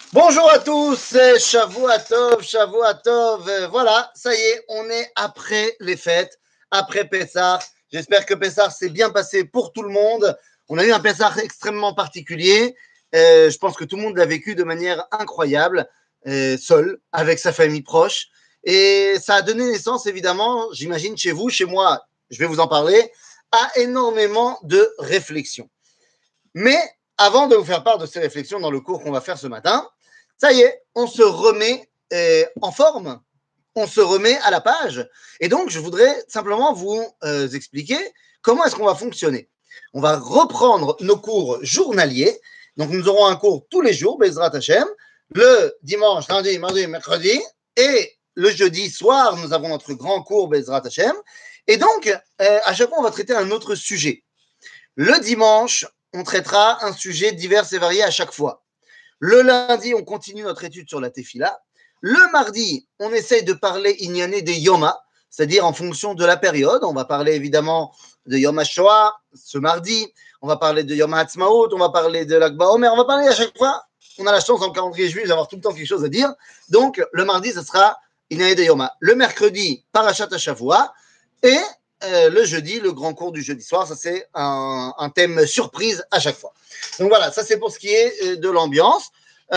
Bonjour à tous, Shavua Tov, Shavua Tov. Voilà, ça y est, on est après les fêtes, après Pessah. J'espère que Pessah s'est bien passé pour tout le monde. On a eu un Pessah extrêmement particulier. Je pense que tout le monde l'a vécu de manière incroyable, seul, avec sa famille proche. Et ça a donné naissance, évidemment, j'imagine chez vous, chez moi, je vais vous en parler, à énormément de réflexions. Mais avant de vous faire part de ces réflexions dans le cours qu'on va faire ce matin, ça y est, on se remet en forme, on se remet à la page. Et donc, je voudrais simplement vous expliquer comment est-ce qu'on va fonctionner. On va reprendre nos cours journaliers. Donc, nous aurons un cours tous les jours, Bezrat Hashem, le dimanche, lundi, mardi, mercredi, et le jeudi soir, nous avons notre grand cours Bezrat Hashem. Et donc, à chaque fois, on va traiter un autre sujet. Le dimanche, on traitera un sujet divers et varié à chaque fois. Le lundi, on continue notre étude sur la Tefila. Le mardi, on essaye de parler Inyané des Yoma, c'est-à-dire en fonction de la période. On va parler évidemment de Yom HaShoah ce mardi. On va parler de Yom HaAtzmaut, on va parler de l'Akba Omer. On va parler à chaque fois. On a la chance dans le calendrier juif d'avoir tout le temps quelque chose à dire. Donc, le mardi, ce sera Inyané des Yoma. Le mercredi, Parashat HaShavua. Et le jeudi, le grand cours du jeudi soir, ça c'est un thème surprise à chaque fois. Donc voilà, ça c'est pour ce qui est de l'ambiance.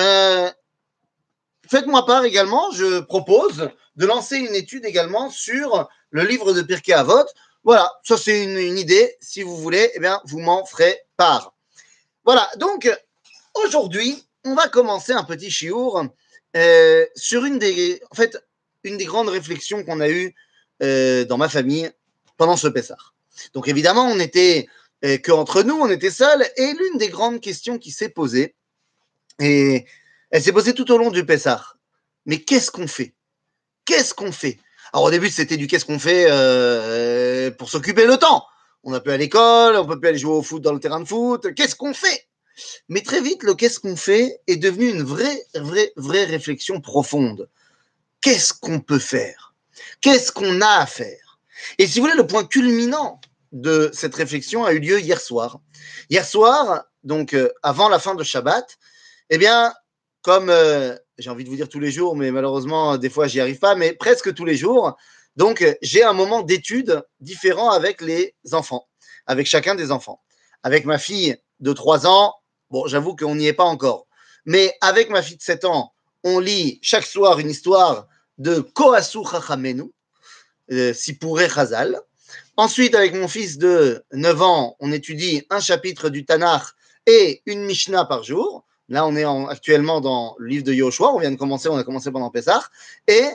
Faites-moi part également, je propose de lancer une étude également sur le livre de Pirkei Avot. Voilà, ça c'est une idée. Si vous voulez, eh bien, vous m'en ferez part. Voilà, donc aujourd'hui, on va commencer un petit chiour sur une des grandes réflexions qu'on a eues dans ma famille pendant ce Pessah. Donc évidemment, on n'était que entre nous, on était seuls, et l'une des grandes questions qui s'est posée, et elle s'est posée tout au long du Pessah, mais qu'est-ce qu'on fait? Qu'est-ce qu'on fait? Alors au début, c'était du qu'est-ce qu'on fait pour s'occuper le temps. On n'a plus à l'école, on peut plus aller jouer au foot dans le terrain de foot. Qu'est-ce qu'on fait? Mais très vite, le qu'est-ce qu'on fait est devenu une vraie réflexion profonde. Qu'est-ce qu'on peut faire? Qu'est-ce qu'on a à faire? Et si vous voulez, le point culminant de cette réflexion a eu lieu hier soir. Hier soir, donc avant la fin de Shabbat, eh bien, comme j'ai envie de vous dire tous les jours, mais malheureusement, des fois, j'y arrive pas, mais presque tous les jours, donc j'ai un moment d'étude différent avec les enfants, avec chacun des enfants. Avec ma fille de 3 ans, bon, j'avoue qu'on n'y est pas encore, mais avec ma fille de 7 ans, on lit chaque soir une histoire de Kohasu Chachamenu, Sipuré Chazal. Ensuite, avec mon fils de 9 ans, on étudie un chapitre du Tanakh et une Mishnah par jour. Là, on est actuellement dans le livre de Yoshua. On vient de commencer, on a commencé pendant Pessah. Et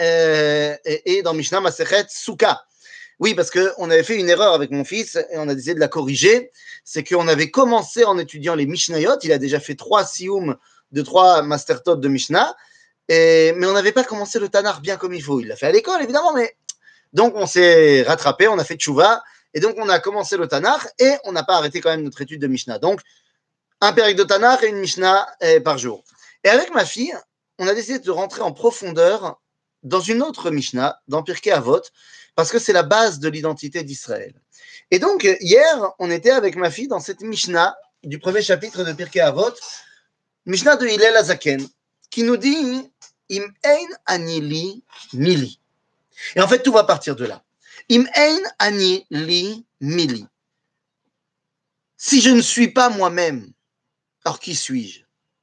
dans Mishnah Masechet Souka. Oui, parce qu'on avait fait une erreur avec mon fils et on a décidé de la corriger. C'est qu'on avait commencé en étudiant les Mishnayot. Il a déjà fait 3 sioum de 3 mastertot de Mishnah. Mais on n'avait pas commencé le Tanakh bien comme il faut. Il l'a fait à l'école, évidemment, mais donc on s'est rattrapé, on a fait tchouva, et donc on a commencé le Tanakh, et on n'a pas arrêté quand même notre étude de Mishnah. Donc, un période de Tanakh et une Mishnah par jour. Et avec ma fille, on a décidé de rentrer en profondeur dans une autre Mishnah, dans Pirkei Avot, parce que c'est la base de l'identité d'Israël. Et donc, hier, on était avec ma fille dans cette Mishnah du premier chapitre de Pirkei Avot, Mishnah de Hillel Azaken, qui nous dit Im ein ani li mili. Et en fait, tout va partir de là. Im ein ani li mili. Si je ne suis pas moi-même, alors qui suis-je?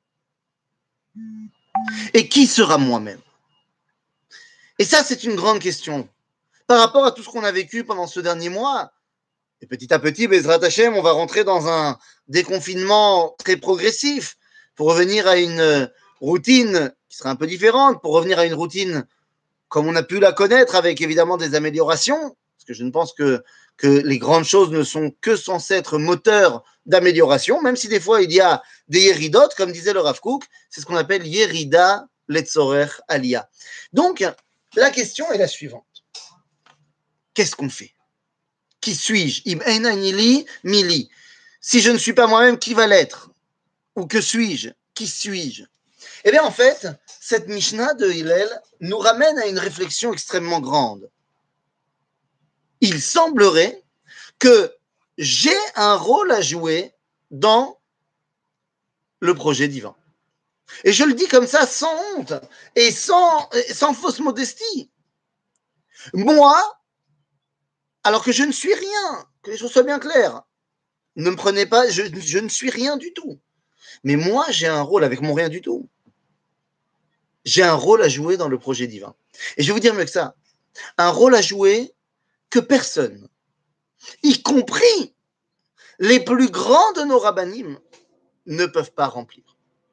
Et qui sera moi-même? Et ça, c'est une grande question. Par rapport à tout ce qu'on a vécu pendant ce dernier mois, et petit à petit, Bezrat Hashem, on va rentrer dans un déconfinement très progressif pour revenir à une routine qui sera un peu différente, pour revenir à une routine comme on a pu la connaître, avec évidemment des améliorations, parce que je ne pense que les grandes choses ne sont que censées être moteurs d'amélioration, même si des fois il y a des yéridot, comme disait le Rav Kook, c'est ce qu'on appelle yérida letzorer aliyah. Donc, la question est la suivante. Qu'est-ce qu'on fait? Qui suis-je? Im ein ani li mili. Si je ne suis pas moi-même, qui va l'être? Ou que suis-je? Qui suis-je? Eh bien, en fait, cette Mishnah de Hillel nous ramène à une réflexion extrêmement grande. Il semblerait que j'ai un rôle à jouer dans le projet divin. Et je le dis comme ça, sans honte et sans fausse modestie. Moi, alors que je ne suis rien, que les choses soient bien claires, ne me prenez pas, je ne suis rien du tout. Mais moi, j'ai un rôle avec mon rien du tout. J'ai un rôle à jouer dans le projet divin. Et je vais vous dire mieux que ça, un rôle à jouer que personne, y compris les plus grands de nos rabbinim, ne peuvent pas remplir.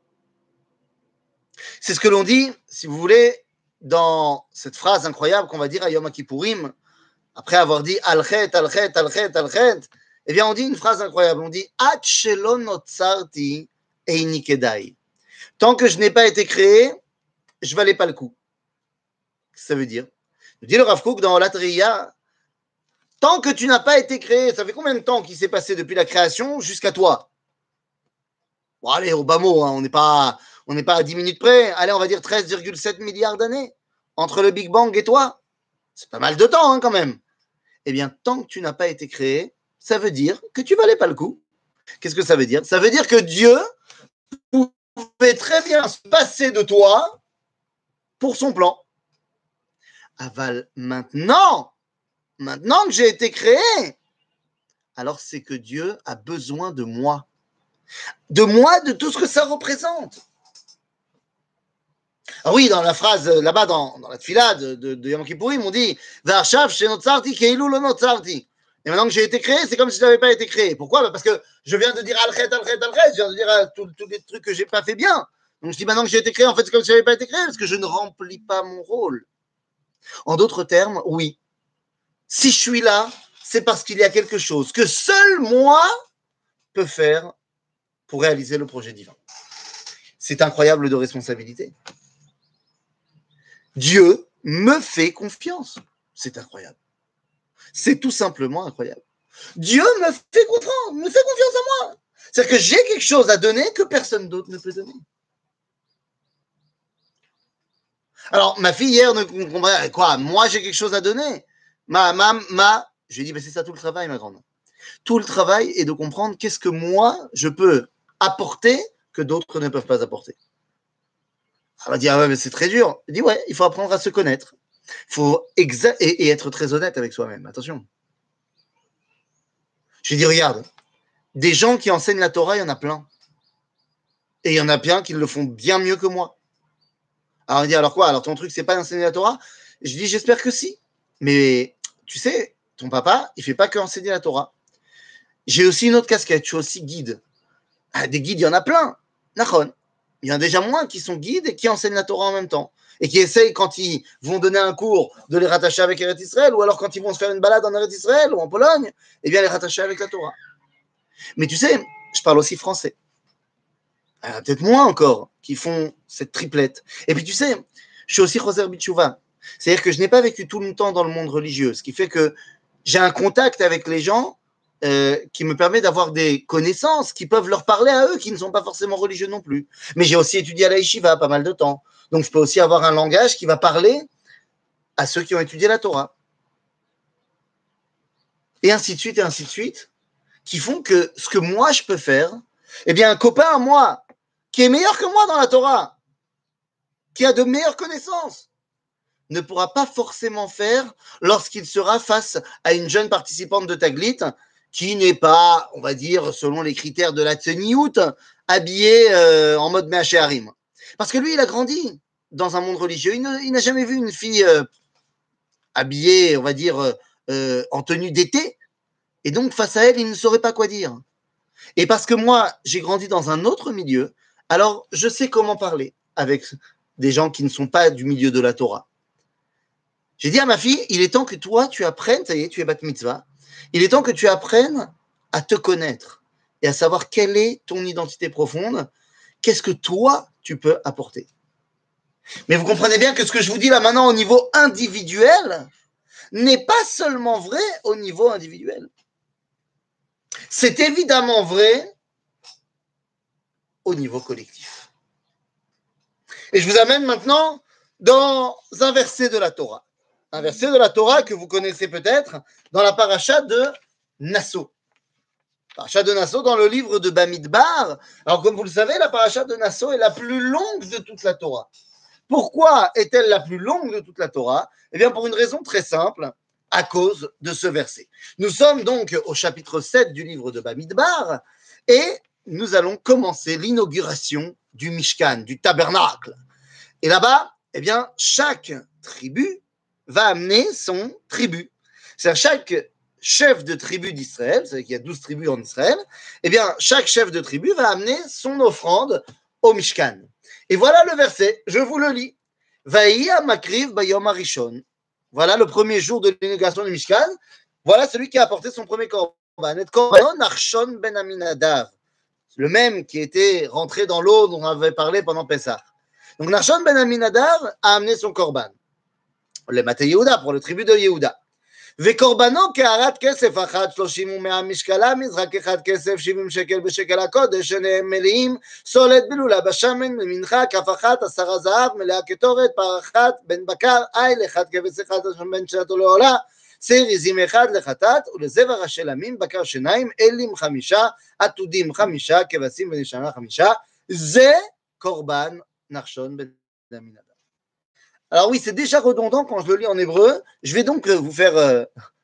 C'est ce que l'on dit, si vous voulez, dans cette phrase incroyable qu'on va dire à Yom Kippourim, après avoir dit Al-Chet, Al-Chet, Al-Chet, Al-Chet, eh bien on dit une phrase incroyable, on dit Ad shelo notzarti eini kedai. Tant que je n'ai pas été créé, je ne valais pas le coup. Qu'est-ce que ça veut dire? Dit le Rav Kook dans la Triya, tant que tu n'as pas été créé, ça fait combien de temps qu'il s'est passé depuis la création jusqu'à toi? Bon, allez, au bas mot, hein, on n'est pas à 10 minutes près. Allez, on va dire 13,7 milliards d'années entre le Big Bang et toi. C'est pas mal de temps, hein, quand même. Eh bien, tant que tu n'as pas été créé, ça veut dire que tu valais pas le coup. Qu'est-ce que ça veut dire? Ça veut dire que Dieu pouvait très bien se passer de toi pour son plan. Aval, maintenant que j'ai été créé, alors c'est que Dieu a besoin de moi, de tout ce que ça représente. Ah oui, dans la phrase là-bas, dans la tfila de Yom Kippourim, on dit V'achav shenotzarti keilu lo notzarti. Et maintenant que j'ai été créé, c'est comme si je n'avais pas été créé. Pourquoi? Parce que je viens de dire Al-Chet, Al-Chet, Al-Chet, je viens de dire tous les trucs que je n'ai pas fait bien. Donc je dis maintenant que j'ai été créé, en fait, c'est comme si je n'avais pas été créé, parce que je ne remplis pas mon rôle. En d'autres termes, oui, si je suis là, c'est parce qu'il y a quelque chose que seul moi peut faire pour réaliser le projet divin. C'est incroyable de responsabilité. Dieu me fait confiance. C'est incroyable. C'est tout simplement incroyable. Dieu me fait confiance en moi. C'est-à-dire que j'ai quelque chose à donner que personne d'autre ne peut donner. Alors, ma fille hier ne comprenait quoi? Moi, j'ai quelque chose à donner. J'ai dit, c'est ça tout le travail, ma grande. Tout le travail est de comprendre qu'est-ce que moi, je peux apporter que d'autres ne peuvent pas apporter. Elle va dire, ouais, mais c'est très dur. Je dis, ouais, il faut apprendre à se connaître. Il faut et être très honnête avec soi-même. Attention. Je dis, regarde, des gens qui enseignent la Torah, il y en a plein. Et il y en a plein qui le font bien mieux que moi. Alors on dit, alors quoi? Alors ton truc, c'est pas d'enseigner la Torah? Je dis, j'espère que si. Mais tu sais, ton papa, il fait pas que enseigner la Torah. J'ai aussi une autre casquette, je suis aussi guide. Ah, des guides, il y en a plein. Nachon. Il y en a déjà moins qui sont guides et qui enseignent la Torah en même temps. Et qui essayent, quand ils vont donner un cours, de les rattacher avec Eretz Israël, ou alors quand ils vont se faire une balade en Eretz Israël ou en Pologne, eh bien les rattacher avec la Torah. Mais tu sais, je parle aussi français. Il y en a peut-être moins encore qui font cette triplette. Et puis tu sais, je suis aussi Choser Bitchouva. C'est-à-dire que je n'ai pas vécu tout le temps dans le monde religieux, ce qui fait que j'ai un contact avec les gens qui me permet d'avoir des connaissances qui peuvent leur parler à eux, qui ne sont pas forcément religieux non plus. Mais j'ai aussi étudié à la Yeshiva pas mal de temps. Donc je peux aussi avoir un langage qui va parler à ceux qui ont étudié la Torah. Et ainsi de suite, qui font que ce que moi je peux faire, eh bien un copain à moi, qui est meilleur que moi dans la Torah, qui a de meilleures connaissances, ne pourra pas forcément faire lorsqu'il sera face à une jeune participante de Taglit qui n'est pas, on va dire, selon les critères de la Tseniout, habillée en mode Mehacheharim. Parce que lui, il a grandi dans un monde religieux. Il n'a jamais vu une fille habillée, on va dire, en tenue d'été. Et donc, face à elle, il ne saurait pas quoi dire. Et parce que moi, j'ai grandi dans un autre milieu, alors je sais comment parler avec des gens qui ne sont pas du milieu de la Torah. J'ai dit à ma fille, il est temps que toi, tu apprennes, ça y est, tu es bat mitzvah, il est temps que tu apprennes à te connaître et à savoir quelle est ton identité profonde, qu'est-ce que toi, tu peux apporter. Mais vous comprenez bien que ce que je vous dis là maintenant au niveau individuel n'est pas seulement vrai au niveau individuel. C'est évidemment vrai au niveau collectif. Et je vous amène maintenant dans un verset de la Torah. Un verset de la Torah que vous connaissez peut-être dans la paracha de Nasso. Paracha de Nassau dans le livre de Bamidbar. Alors, comme vous le savez, la paracha de Nassau est la plus longue de toute la Torah. Pourquoi est-elle la plus longue de toute la Torah? Eh bien, pour une raison très simple, à cause de ce verset. Nous sommes donc au chapitre 7 du livre de Bamidbar et nous allons commencer l'inauguration du Mishkan, du tabernacle. Et là-bas, eh bien, chaque tribu va amener son tribut. C'est-à-dire chaque chef de tribu d'Israël, c'est-à-dire qu'il y a 12 tribus en Israël, eh bien, chaque chef de tribu va amener son offrande au Mishkan. Et voilà le verset, je vous le lis. Vaïa makriv bayom arishon. Voilà le premier jour de l'inauguration du Mishkan. Voilà celui qui a apporté son premier korban. Et korban Nachshon ben Aminadav. Le même qui était rentré dans l'eau dont on avait parlé pendant Pessah. Donc Nachshon ben Aminadav a amené son korban. Le Maté Yehuda, pour le tribu de Yehuda. וקורבנו קערת כסף אחת 30 ומאה משקלה, מזרק אחד כסף 70 שקל בשקל הקודש, שניהם מלאים, סולת בלולה בשמן, למנחה, כף אחת, 10 זהב, מלאה קטורת, פר אחת, בן בקר, איל, אחד כבש אחד, בן שנתו לעולה, שעיר עזים אחד לחטאת, ולזבח השלמים, בקר שיניים, אלים 5, עתודים 5, כבשים ונשנה 5, זה קורבן נחשון בן עמינדב. Alors oui, c'est déjà redondant quand je le lis en hébreu. Je vais donc vous faire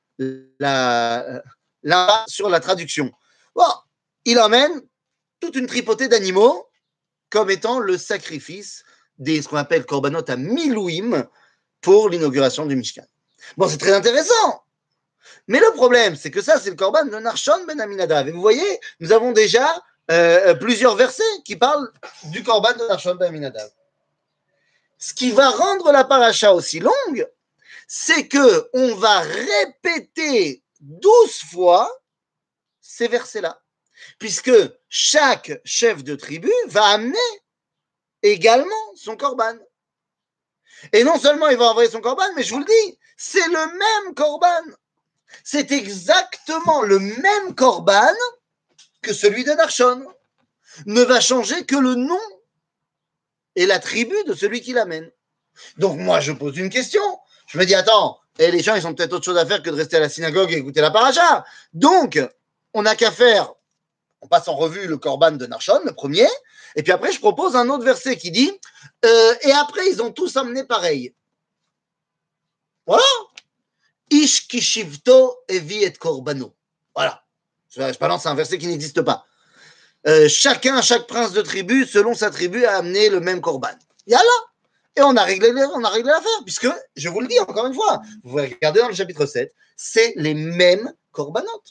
sur la traduction. Bon, il emmène toute une tripotée d'animaux comme étant le sacrifice des ce qu'on appelle korbanot à milouim pour l'inauguration du Mishkan. Bon, c'est très intéressant. Mais le problème, c'est que ça, c'est le korban de Nachshon ben Aminadav. Et vous voyez, nous avons déjà plusieurs versets qui parlent du korban de Nachshon ben Aminadav. Ce qui va rendre la paracha aussi longue, c'est que on va répéter 12 fois ces versets-là, puisque chaque chef de tribu va amener également son korban. Et non seulement il va envoyer son korban, mais je vous le dis, c'est le même korban. C'est exactement le même korban que celui de Nachshon. Ne va changer que le nom et la tribu de celui qui l'amène. Donc moi, je pose une question. Je me dis, attends, les gens, ils ont peut-être autre chose à faire que de rester à la synagogue et écouter la paracha. Donc, on n'a qu'à faire, on passe en revue le korban de Nachshon, le premier, et puis après, je propose un autre verset qui dit, et après, ils ont tous amené pareil. Voilà. Ish kishivto evi et korbano. Voilà. Je balance un verset qui n'existe pas. Chaque prince de tribu, selon sa tribu, a amené le même korban. Yallah. Et on a réglé l'affaire, puisque, je vous le dis encore une fois, vous pouvez regarder dans le chapitre 7, c'est les mêmes corbanotes.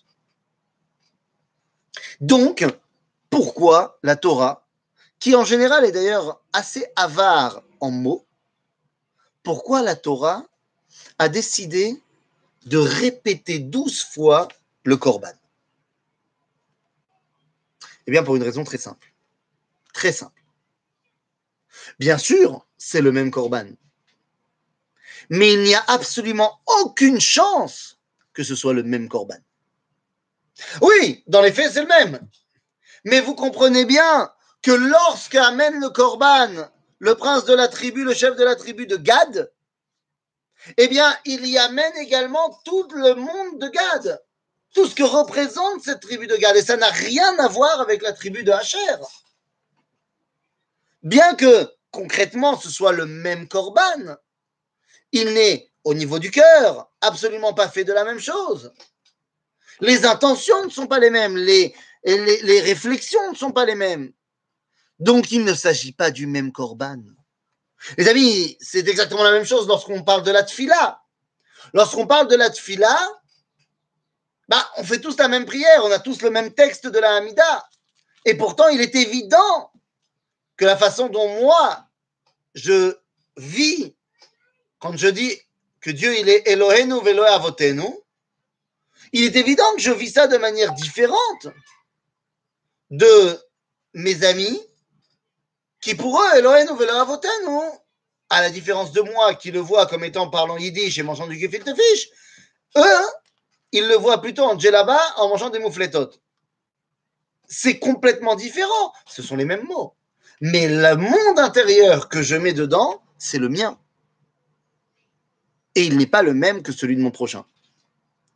Donc, pourquoi la Torah, qui en général est d'ailleurs assez avare en mots, pourquoi la Torah a décidé de répéter 12 fois le korban? Eh bien, pour une raison très simple. Très simple. Bien sûr, c'est le même korban. Mais il n'y a absolument aucune chance que ce soit le même korban. Oui, dans les faits, c'est le même. Mais vous comprenez bien que lorsque amène le korban, le prince de la tribu, le chef de la tribu de Gad, eh bien, il y amène également tout le monde de Gad. Tout ce que représente cette tribu de Gad. Et ça n'a rien à voir avec la tribu de Asher. Bien que, concrètement, ce soit le même korban, il n'est, au niveau du cœur, absolument pas fait de la même chose. Les intentions ne sont pas les mêmes, les réflexions ne sont pas les mêmes. Donc, il ne s'agit pas du même korban. Les amis, c'est exactement la même chose lorsqu'on parle de la tfila. Lorsqu'on parle de la tfila, on fait tous la même prière, on a tous le même texte de la Hamida. Et pourtant, il est évident que la façon dont moi, je vis, quand je dis que Dieu, il est Elohenu ve'Elohe avotenu, il est évident que je vis ça de manière différente de mes amis qui, pour eux, Elohenu ve'Elohe avotenu, à la différence de moi qui le vois comme étant parlant yiddish et mangeant du gefilte fish, eux, ils le voient plutôt en djellaba en mangeant des moufletotes. C'est complètement différent. Ce sont les mêmes mots. Mais le monde intérieur que je mets dedans, c'est le mien. Et il n'est pas le même que celui de mon prochain.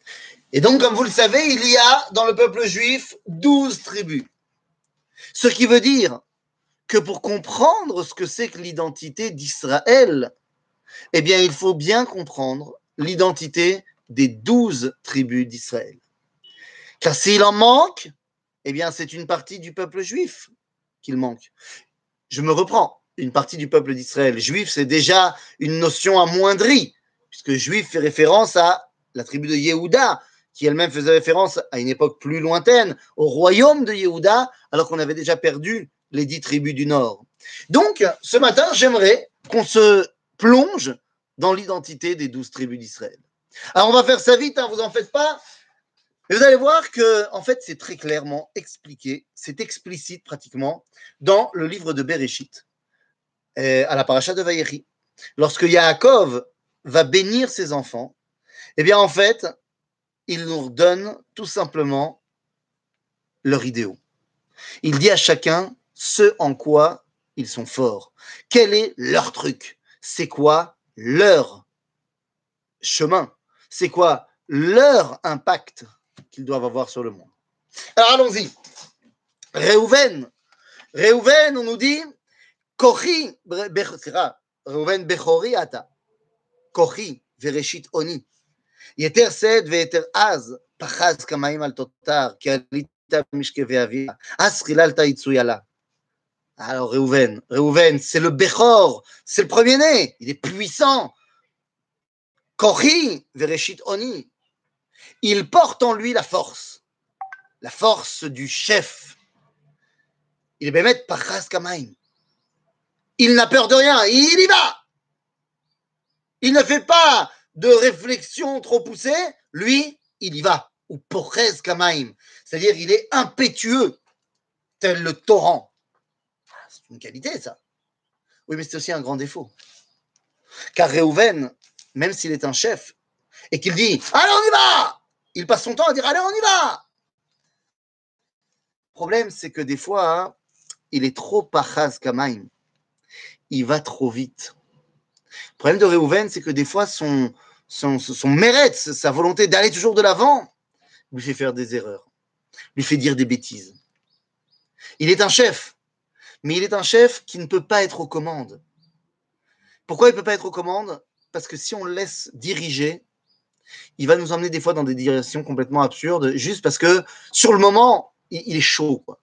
Et donc, comme vous le savez, il y a dans le peuple juif 12 tribus. Ce qui veut dire que pour comprendre ce que c'est que l'identité d'Israël, eh bien, il faut bien comprendre l'identité des 12 tribus d'Israël. Car s'il en manque, eh bien, c'est une partie du peuple juif qu'il manque. Je me reprends. Une partie du peuple d'Israël. Juif, c'est déjà une notion amoindrie, puisque juif fait référence à la tribu de Yehuda, qui elle-même faisait référence à une époque plus lointaine, au royaume de Yehuda, alors qu'on avait déjà perdu les 10 tribus du Nord. Donc, ce matin, j'aimerais qu'on se plonge dans l'identité des 12 tribus d'Israël. Alors, on va faire ça vite, hein, vous en faites pas. Mais vous allez voir que, en fait, c'est très clairement expliqué, c'est explicite pratiquement dans le livre de Bereshit, à la paracha de Vayechi. Lorsque Yaakov va bénir ses enfants, eh bien, en fait, il nous donne tout simplement leur idéaux. Il dit à chacun ce en quoi ils sont forts. Quel est leur truc? C'est quoi leur chemin? C'est quoi leur impact qu'ils doivent avoir sur le monde? Alors allons-y. Réhouven, on nous dit Kochi, Réhouven Bechori ata, Kochi vereshit oni, Yeter sed veyeter az, pachaz kamaim al totar, ki alita mishkeve avia, as chilalta itsuyala. Alors Réhouven, c'est le Bechor, c'est le premier-né, il est puissant. Kochi vereshit oni, il porte en lui la force du chef. Il est bémet pachaz kamaim. Il n'a peur de rien, il y va. Il ne fait pas de réflexion trop poussée, lui, il y va. Ou porez kamaim, c'est-à-dire il est impétueux, tel le torrent. C'est une qualité, ça. Oui, mais c'est aussi un grand défaut. Car Réhouven, même s'il est un chef, et qu'il dit « Allez, on y va !» il passe son temps à dire « Allez, on y va !» Le problème, c'est que des fois, hein, il est trop pachaz kamaim. Il va trop vite. Le problème de Réhouven, c'est que des fois, son mérite, sa volonté d'aller toujours de l'avant, lui fait faire des erreurs, lui fait dire des bêtises. Il est un chef, mais il est un chef qui ne peut pas être aux commandes. Pourquoi il ne peut pas être aux commandes? Parce que si on le laisse diriger, il va nous emmener des fois dans des directions complètement absurdes, juste parce que sur le moment, il est chaud, quoi.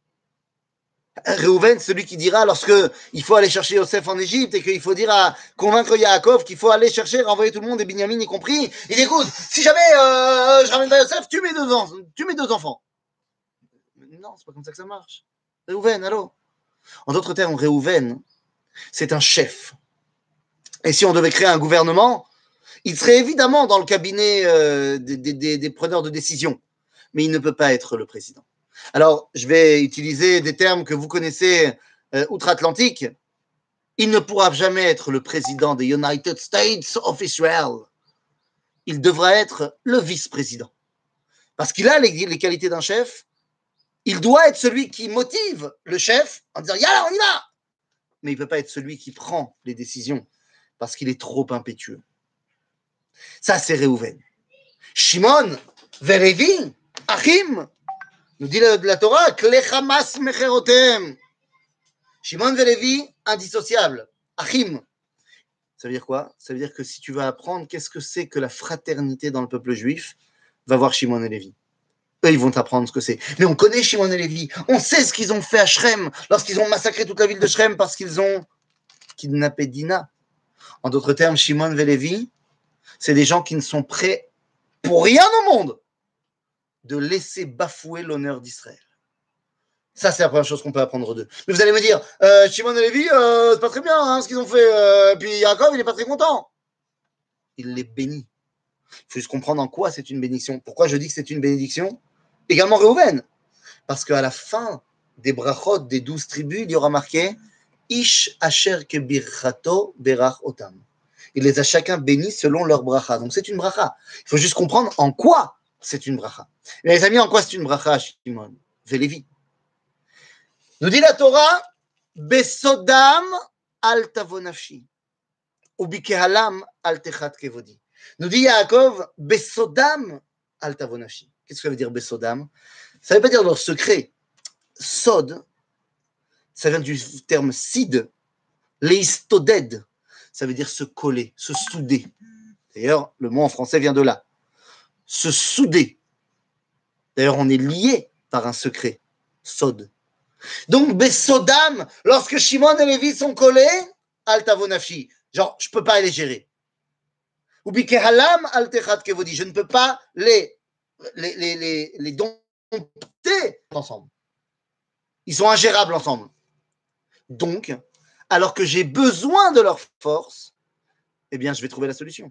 Réhouven, celui qui dira lorsque il faut aller chercher Yosef en Égypte et qu'il faut dire à convaincre Yaakov qu'il faut aller chercher, renvoyer tout le monde et Binyamin y compris. Il dit écoute, si jamais je ramène pas Yosef, tu mets deux enfants. Non, c'est pas comme ça que ça marche. Réhouven, allô. En d'autres termes, Réhouven, c'est un chef. Et si on devait créer un gouvernement, il serait évidemment dans le cabinet des preneurs de décision, mais il ne peut pas être le président. Alors, je vais utiliser des termes que vous connaissez outre-Atlantique. Il ne pourra jamais être le président des United States of Israel. Il devra être le vice-président. Parce qu'il a les qualités d'un chef. Il doit être celui qui motive le chef en disant « Yalla, on y va !» Mais il ne peut pas être celui qui prend les décisions parce qu'il est trop impétueux. Ça, c'est Réhouven. Shimon, Verevi, Achim, nous dit la Torah, Kle Hamas Mecherotem. Shimon Verevi, indissociable. Achim. Ça veut dire quoi? Ça veut dire que si tu vas apprendre qu'est-ce que c'est que la fraternité dans le peuple juif, va voir Shimon et Lévi. Eux, ils vont t'apprendre ce que c'est. Mais on connaît Shimon et Lévi. On sait ce qu'ils ont fait à Shrem lorsqu'ils ont massacré toute la ville de Shrem parce qu'ils ont kidnappé Dina. En d'autres termes, Shimon et Lévi, c'est des gens qui ne sont prêts pour rien au monde de laisser bafouer l'honneur d'Israël. Ça, c'est la première chose qu'on peut apprendre d'eux. Mais vous allez me dire, Shimon et Lévi, c'est pas très bien hein, ce qu'ils ont fait. Puis Yaakov, il n'est pas très content. Il les bénit. Il faut juste comprendre en quoi c'est une bénédiction. Pourquoi je dis que c'est une bénédiction? Également Réhouven. Parce qu'à la fin des brachot des 12 tribus, il y aura marqué Ish asher kebirchato berach otam. Il les a chacun bénis selon leur bracha. Donc c'est une bracha. Il faut juste comprendre en quoi c'est une bracha. Mais les amis, en quoi c'est une bracha, Shimon Vélévi? Nous dit la Torah, Besodam al tavonafshi, ou bikehalam al techat kevodi. Nous dit Yaakov, Besodam, altavonashi. Qu'est-ce que ça veut dire besodam? Ça ne veut pas dire leur secret. Sod, ça vient du terme sid, leistoded, ça veut dire se coller, se souder. D'ailleurs, le mot en français vient de là. Se souder. D'ailleurs, on est lié par un secret. Sod. Donc, besodam, lorsque Shimon et Lévi sont collés, altavonashi. Genre, je ne peux pas les gérer. Ou bikehalam altechat kevodi. Je ne peux pas les dompter ensemble. Ils sont ingérables ensemble. Donc, alors que j'ai besoin de leur force, eh bien, je vais trouver la solution.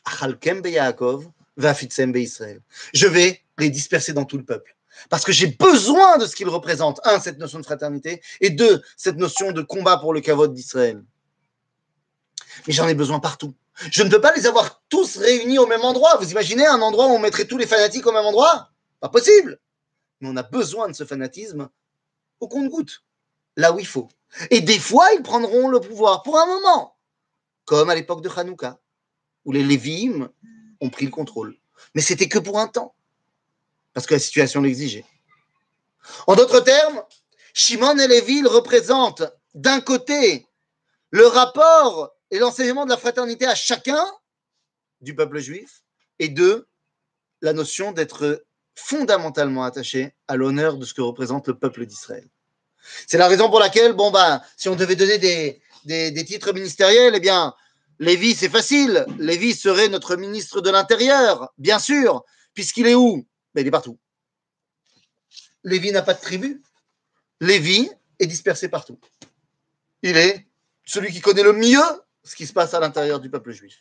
Je vais les disperser dans tout le peuple. Parce que j'ai besoin de ce qu'ils représentent. Un, cette notion de fraternité. Et deux, cette notion de combat pour le kavod d'Israël. Mais j'en ai besoin partout. Je ne peux pas les avoir tous réunis au même endroit. Vous imaginez un endroit où on mettrait tous les fanatiques au même endroit? Pas possible. Mais on a besoin de ce fanatisme au compte-gouttes, là où il faut. Et des fois, ils prendront le pouvoir pour un moment, comme à l'époque de Hanouka, où les Lévi'im ont pris le contrôle. Mais c'était que pour un temps, parce que la situation l'exigeait. En d'autres termes, Shimon et Lévi représentent d'un côté le rapport et l'enseignement de la fraternité à chacun du peuple juif, et deux, la notion d'être fondamentalement attaché à l'honneur de ce que représente le peuple d'Israël. C'est la raison pour laquelle, si on devait donner des titres ministériels, eh bien, Lévi, c'est facile. Lévi serait notre ministre de l'Intérieur, bien sûr, puisqu'il est où? Ben, il est partout. Lévi n'a pas de tribu. Lévi est dispersé partout. Il est celui qui connaît le mieux ce qui se passe à l'intérieur du peuple juif.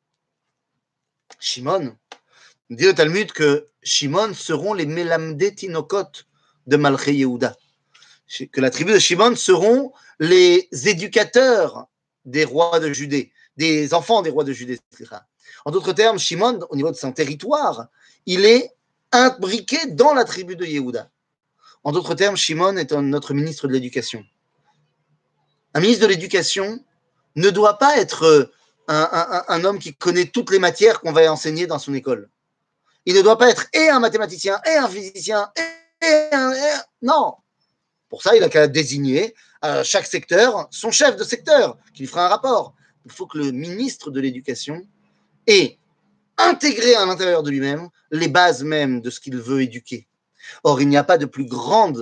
Shimon, dit le Talmud que Shimon seront les Melamdé Tinokot de Malché Yehuda. Que la tribu de Shimon seront les éducateurs des rois de Judée, des enfants des rois de Judée. En d'autres termes, Shimon, au niveau de son territoire, il est imbriqué dans la tribu de Yehuda. En d'autres termes, Shimon est notre ministre de l'Éducation. Un ministre de l'Éducation ne doit pas être un homme qui connaît toutes les matières qu'on va enseigner dans son école. Il ne doit pas être et un mathématicien, et un physicien, non. Pour ça, il a qu'à désigner à chaque secteur son chef de secteur qui lui fera un rapport. Il faut que le ministre de l'Éducation ait intégré à l'intérieur de lui-même les bases même de ce qu'il veut éduquer. Or, il n'y a pas de plus grand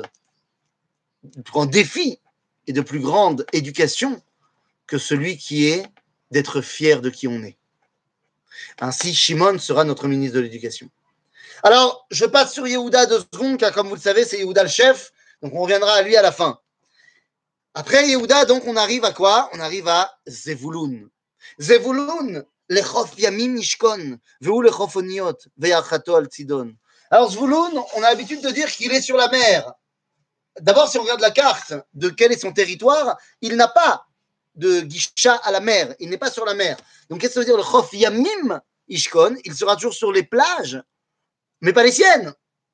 défi et de plus grande éducation que celui qui est d'être fier de qui on est. Ainsi, Shimon sera notre ministre de l'Éducation. Alors, je passe sur Yehuda 2 secondes, car comme vous le savez, c'est Yehuda le chef, donc on reviendra à lui à la fin. Après Yehuda, donc on arrive à quoi? On arrive à Zevulun. Zevulun, lechof yamim ishkon, vehu lechof oniot, ve'achato al tzidon. Alors Zvulun, on a l'habitude de dire qu'il est sur la mer. D'abord, si on regarde la carte de quel est son territoire, il n'a pas de guicha à la mer, il n'est pas sur la mer. Donc qu'est-ce que ça veut dire le chof yamim ishkon? Il sera toujours sur les plages, mais pas les siennes.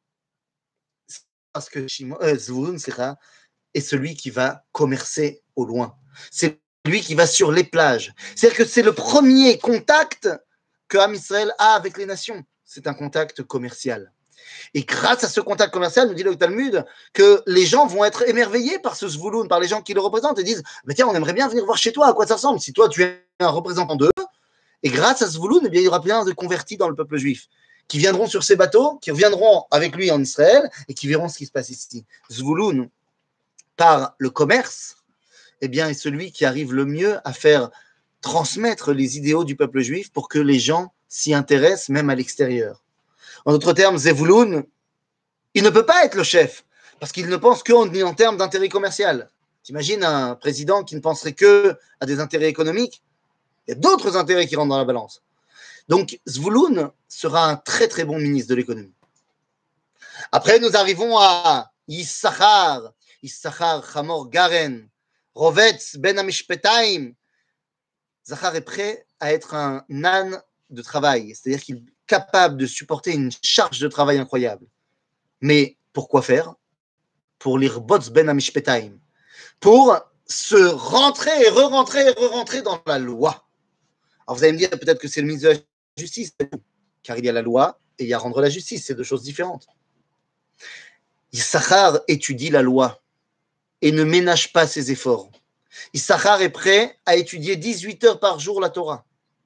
Parce que Zvulun est celui qui va commercer au loin. C'est lui qui va sur les plages. C'est-à-dire que c'est le premier contact que Am Israël a avec les nations. C'est un contact commercial. Et grâce à ce contact commercial, nous dit le Talmud, que les gens vont être émerveillés par ce Zvouloun, par les gens qui le représentent, et disent « Tiens, on aimerait bien venir voir chez toi à quoi ça ressemble. Si toi, tu es un représentant d'eux, et grâce à Zvouloun, eh bien, il y aura plein de convertis dans le peuple juif, qui viendront sur ces bateaux, qui reviendront avec lui en Israël, et qui verront ce qui se passe ici. Zvouloun, par le commerce, eh bien, est celui qui arrive le mieux à faire transmettre les idéaux du peuple juif pour que les gens s'y intéressent, même à l'extérieur. En d'autres termes, Zevulun, il ne peut pas être le chef, parce qu'il ne pense qu'en termes d'intérêt commercial. T'imagines un président qui ne penserait que à des intérêts économiques? Il y a d'autres intérêts qui rentrent dans la balance. Donc, Zvulun sera un très très bon ministre de l'économie. Après, nous arrivons à Yissachar, Chamor Garen, Rovetz Ben Amishpetaim. Zachar est prêt à être un âne de travail, c'est-à-dire qu'il est capable de supporter une charge de travail incroyable. Mais pourquoi faire? Pour l'Irbotz Ben Amishpetaim, pour se rentrer et re-rentrer dans la loi. Alors vous allez me dire peut-être que c'est le ministre de la Justice, car il y a la loi et il y a rendre la justice, c'est deux choses différentes. Issachar étudie la loi et ne ménage pas ses efforts. Issachar est prêt à étudier 18 heures par jour la Torah.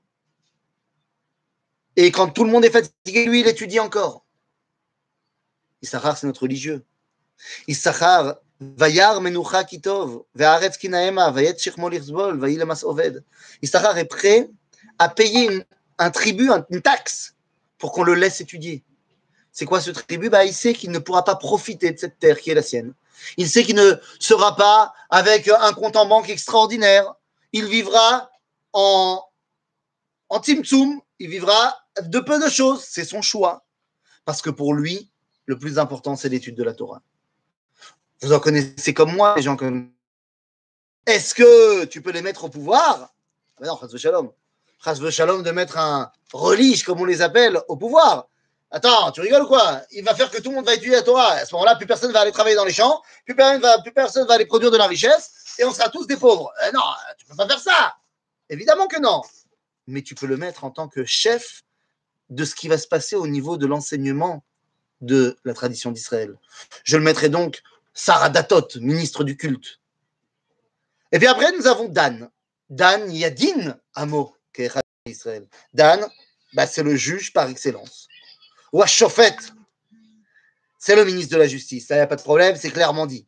Et quand tout le monde est fatigué, lui, il étudie encore. Issachar, c'est notre religieux. Issachar, Vayar menucha kitov, ve'aretz kinaema, vayet shirmo lirzbol, vayilemas oved. Issachar est prêt à payer un tribut, une taxe, pour qu'on le laisse étudier. C'est quoi ce tribut? Il sait qu'il ne pourra pas profiter de cette terre qui est la sienne. Il sait qu'il ne sera pas avec un compte en banque extraordinaire. Il vivra en tzimtzum, il vivra de peu de choses. C'est son choix. Parce que pour lui, le plus important, c'est l'étude de la Torah. Vous en connaissez comme moi, les gens comme... Est-ce que tu peux les mettre au pouvoir? Non, chas v'shalom. Chas v'shalom de mettre un relige, comme on les appelle, au pouvoir. Attends, tu rigoles ou quoi? Il va faire que tout le monde va étudier la Torah. À ce moment-là, plus personne va aller travailler dans les champs, plus personne va aller produire de la richesse, et on sera tous des pauvres. Non, tu ne peux pas faire ça. Évidemment que non. Mais tu peux le mettre en tant que chef de ce qui va se passer au niveau de l'enseignement de la tradition d'Israël. Je le mettrai donc Sarah Datot, ministre du culte. Et puis après, nous avons Dan. Dan Yadin Amo, qui est Israël. Dan, c'est le juge par excellence. Ou Shofet, c'est le ministre de la Justice. Ça, il n'y a pas de problème, c'est clairement dit.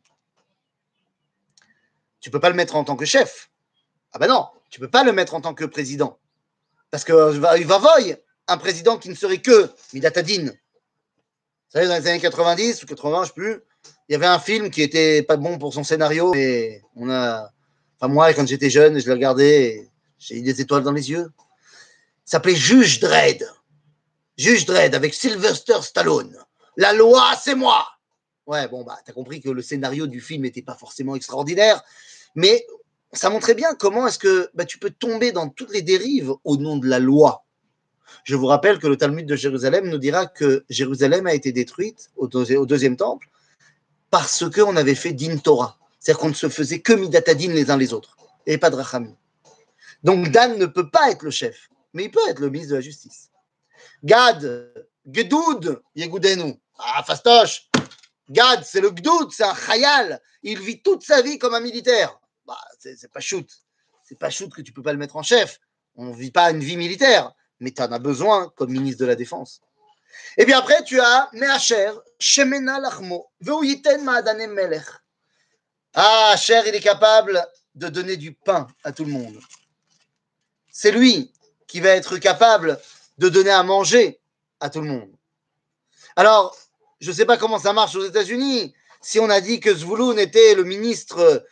Tu ne peux pas le mettre en tant que chef. Ah non, tu ne peux pas le mettre en tant que président. Parce qu'il va voyer un président qui ne serait que Midatadin. Vous savez, dans les années 90 ou 80, je ne sais plus, il y avait un film qui était pas bon pour son scénario, mais moi, quand j'étais jeune, je l'ai regardé, j'ai eu des étoiles dans les yeux. Il s'appelait Juge Dredd. Juge Dredd avec Sylvester Stallone. La loi, c'est moi. Ouais, t'as compris que le scénario du film n'était pas forcément extraordinaire, mais ça montrait bien comment est-ce que tu peux tomber dans toutes les dérives au nom de la loi. Je vous rappelle que le Talmud de Jérusalem nous dira que Jérusalem a été détruite au deuxième temple parce qu'on avait fait din Torah. C'est-à-dire qu'on ne se faisait que midatadin les uns les autres, et pas de rachamim. Donc Dan ne peut pas être le chef, mais il peut être le ministre de la Justice. Gad, Gedoud, Yegoudenu. Ah, fastoche. Gad, c'est le Gdoud, c'est un chayal. Il vit toute sa vie comme un militaire. C'est pas shoot. C'est pas shoot que tu peux pas le mettre en chef. On ne vit pas une vie militaire, mais tu en as besoin comme ministre de la Défense. Et puis après, tu as Meacher, Shemena Lachmo, Veuyiten Maadane Melech. Ah, Asher, il est capable de donner du pain à tout le monde. C'est lui qui va être capable de donner à manger à tout le monde. Alors, je ne sais pas comment ça marche aux États-Unis. Si on a dit que Zvouloun était le ministre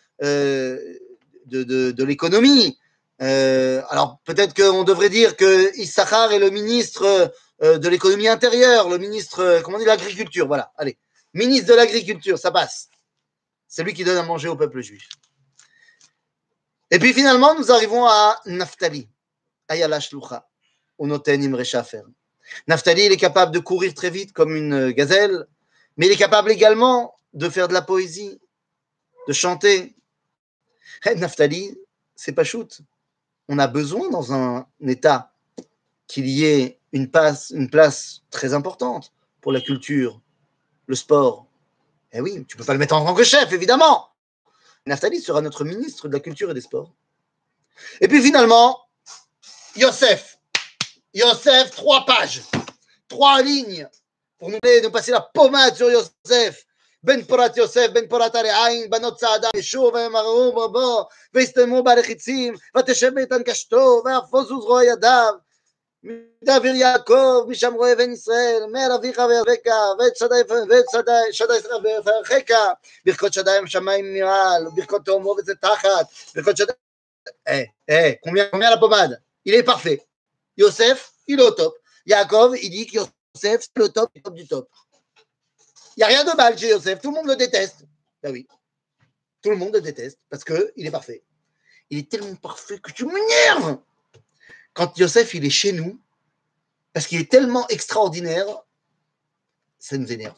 de l'économie, alors peut-être qu'on devrait dire que Issachar est le ministre de l'économie intérieure, le ministre, comment on dit, de l'agriculture. Voilà, allez. Ministre de l'agriculture, ça passe. C'est lui qui donne à manger au peuple juif. Et puis finalement, nous arrivons à Naphtali, Ayala Shlucha, Unoten Imre Shafer. Naphtali, il est capable de courir très vite comme une gazelle, mais il est capable également de faire de la poésie, de chanter. Naphtali, c'est pas shoot. On a besoin dans un État qu'il y ait une place très importante pour la culture, le sport. Eh oui, tu ne peux pas le mettre en tant que chef, évidemment. Naphtali sera notre ministre de la culture et des sports. Et puis finalement, Yosef, 3 pages, 3 lignes pour nous passer la pommade sur Yosef. Ben Porat Yosef, Ben Porat Are'ain, Banot Saada, Yeshua, Vemaru, Bobo, Vestemu Barechitzim, Vateshem Betan Kashto, Vafozuz Roa Yadav, Davir Yaakov, Misham Roe Ben Israel, Mer Avicha Ve'aveka, Vet Shaddai Ve'aveka, Birkot Shaddai Shamayim Miral, Birkot Tomo Ve'zetachat, Birkot Shaddai. Combien la pommade? Il est parfait. Yosef, il est au top. Yaakov, il dit que Yosef, c'est le top du top du top. Il n'y a rien de mal chez Yosef. Tout le monde le déteste. Ben oui. Tout le monde le déteste parce qu'il est parfait. Il est tellement parfait que tu m'énerves. Quand Yosef, il est chez nous, parce qu'il est tellement extraordinaire, ça nous énerve.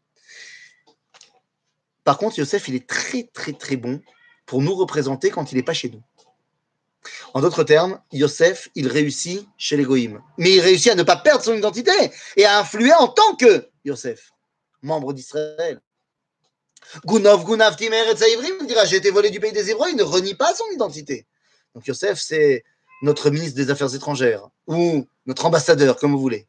Par contre, Yosef, il est très, très, très bon pour nous représenter quand il n'est pas chez nous. En d'autres termes, Yosef, il réussit chez les Goïm. Mais il réussit à ne pas perdre son identité et à influer en tant que Yosef, membre d'Israël. Gunov, Gunav, Timer, et Tzaïvrim dira, j'ai été volé du pays des Hébreux, il ne renie pas son identité. Donc Yosef, c'est notre ministre des Affaires étrangères ou notre ambassadeur, comme vous voulez.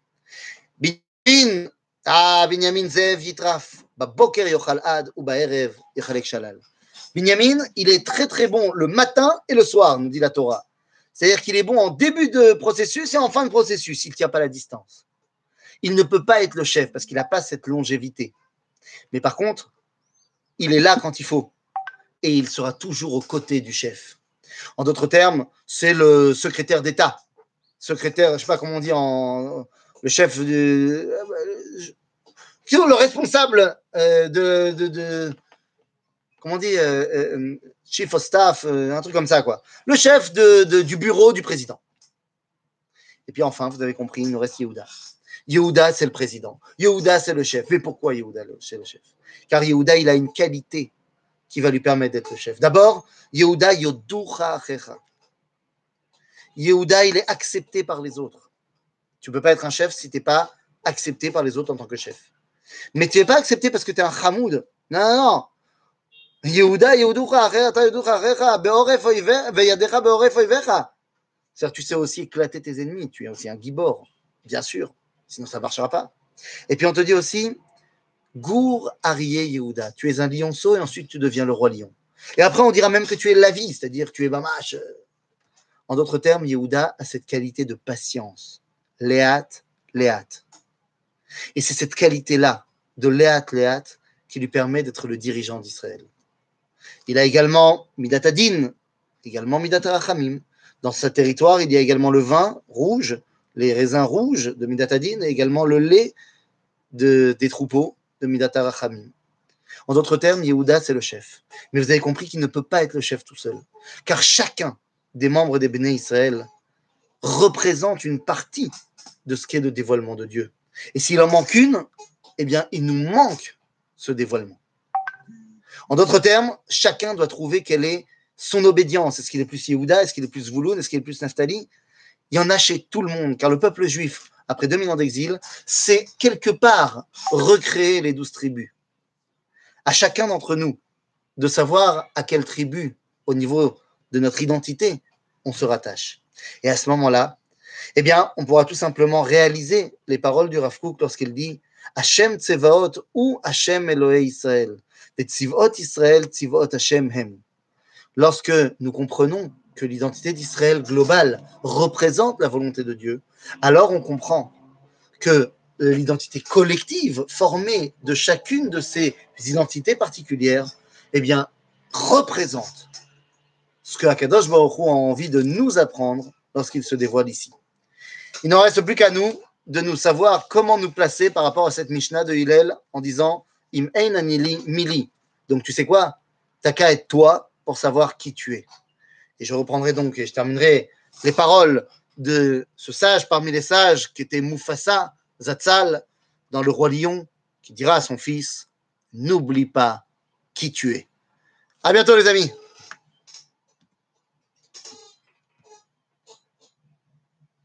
Binyamin Zev Yitraf, Baboker Yochal Ad ou Baerev Yechalek Shalal. Binyamin, il est très très bon le matin et le soir, nous dit la Torah. C'est-à-dire qu'il est bon en début de processus et en fin de processus, il ne tient pas la distance. Il ne peut pas être le chef parce qu'il n'a pas cette longévité. Mais par contre, il est là quand il faut et il sera toujours aux côtés du chef. En d'autres termes, c'est le secrétaire d'État. Secrétaire, je ne sais pas comment on dit, le chef, le responsable comment on dit, chief of staff, un truc comme ça, quoi. Le chef du bureau du président. Et puis enfin, vous avez compris, il nous reste Yehuda. Yehuda, c'est le président. Yehuda, c'est le chef. Mais pourquoi Yehuda, c'est le chef? Car Yehuda, il a une qualité qui va lui permettre d'être le chef. D'abord, Yehuda, Yoducha Achecha. Yehuda, il est accepté par les autres. Tu ne peux pas être un chef si tu n'es pas accepté par les autres en tant que chef. Mais tu n'es pas accepté parce que tu es un chamoud. Non, non, non. Yehuda, Yehuducha Achecha, Yehuducha Achecha, Beoref Veyadecha Beoref Oivecha. C'est-à-dire que tu sais aussi éclater tes ennemis. Tu es aussi un gibor, bien sûr. Sinon, ça ne marchera pas. Et puis, on te dit aussi, Gour Arié Yehuda. Tu es un lionceau et ensuite, tu deviens le roi lion. Et après, on dira même que tu es la vie, c'est-à-dire que tu es Bamash. En d'autres termes, Yehuda a cette qualité de patience. Léat, Léat. Et c'est cette qualité-là, de Léat, Léat, qui lui permet d'être le dirigeant d'Israël. Il a également Midat Adin, également Midat Rachamim. Dans ce territoire, il y a également le vin rouge, les raisins rouges de Midat Adin et également le lait des troupeaux de Midat Rachamim. En d'autres termes, Yehuda, c'est le chef. Mais vous avez compris qu'il ne peut pas être le chef tout seul. Car chacun des membres des Béné Israël représente une partie de ce qu'est le dévoilement de Dieu. Et s'il en manque une, eh bien, il nous manque ce dévoilement. En d'autres termes, chacun doit trouver quelle est son obédience. Est-ce qu'il est plus Yehuda? Est-ce qu'il est plus Zvouloun? Est-ce qu'il est plus Naphtali? Il y en a chez tout le monde, car le peuple juif, après 2000 ans d'exil, c'est quelque part recréer les 12 tribus. À chacun d'entre nous de savoir à quelle tribu, au niveau de notre identité, on se rattache. Et à ce moment-là, eh bien, on pourra tout simplement réaliser les paroles du Rav Kook lorsqu'il dit Hashem Tsevaot ou Hashem Elohei Israël. Des Tzivot Israël, Tzivot Hashem Hem. Lorsque nous comprenons que l'identité d'Israël globale représente la volonté de Dieu, alors on comprend que l'identité collective formée de chacune de ces identités particulières, eh bien, représente ce que Akadosh Baruch Hu a envie de nous apprendre lorsqu'il se dévoile ici. Il n'en reste plus qu'à nous de nous savoir comment nous placer par rapport à cette Mishnah de Hillel en disant Im ein anili mili. Donc tu sais quoi? T'as qu'à être toi pour savoir qui tu es. Et je reprendrai donc et je terminerai les paroles de ce sage parmi les sages qui était Mufasa Zatzal dans Le Roi Lion qui dira à son fils n'oublie pas qui tu es. À bientôt les amis.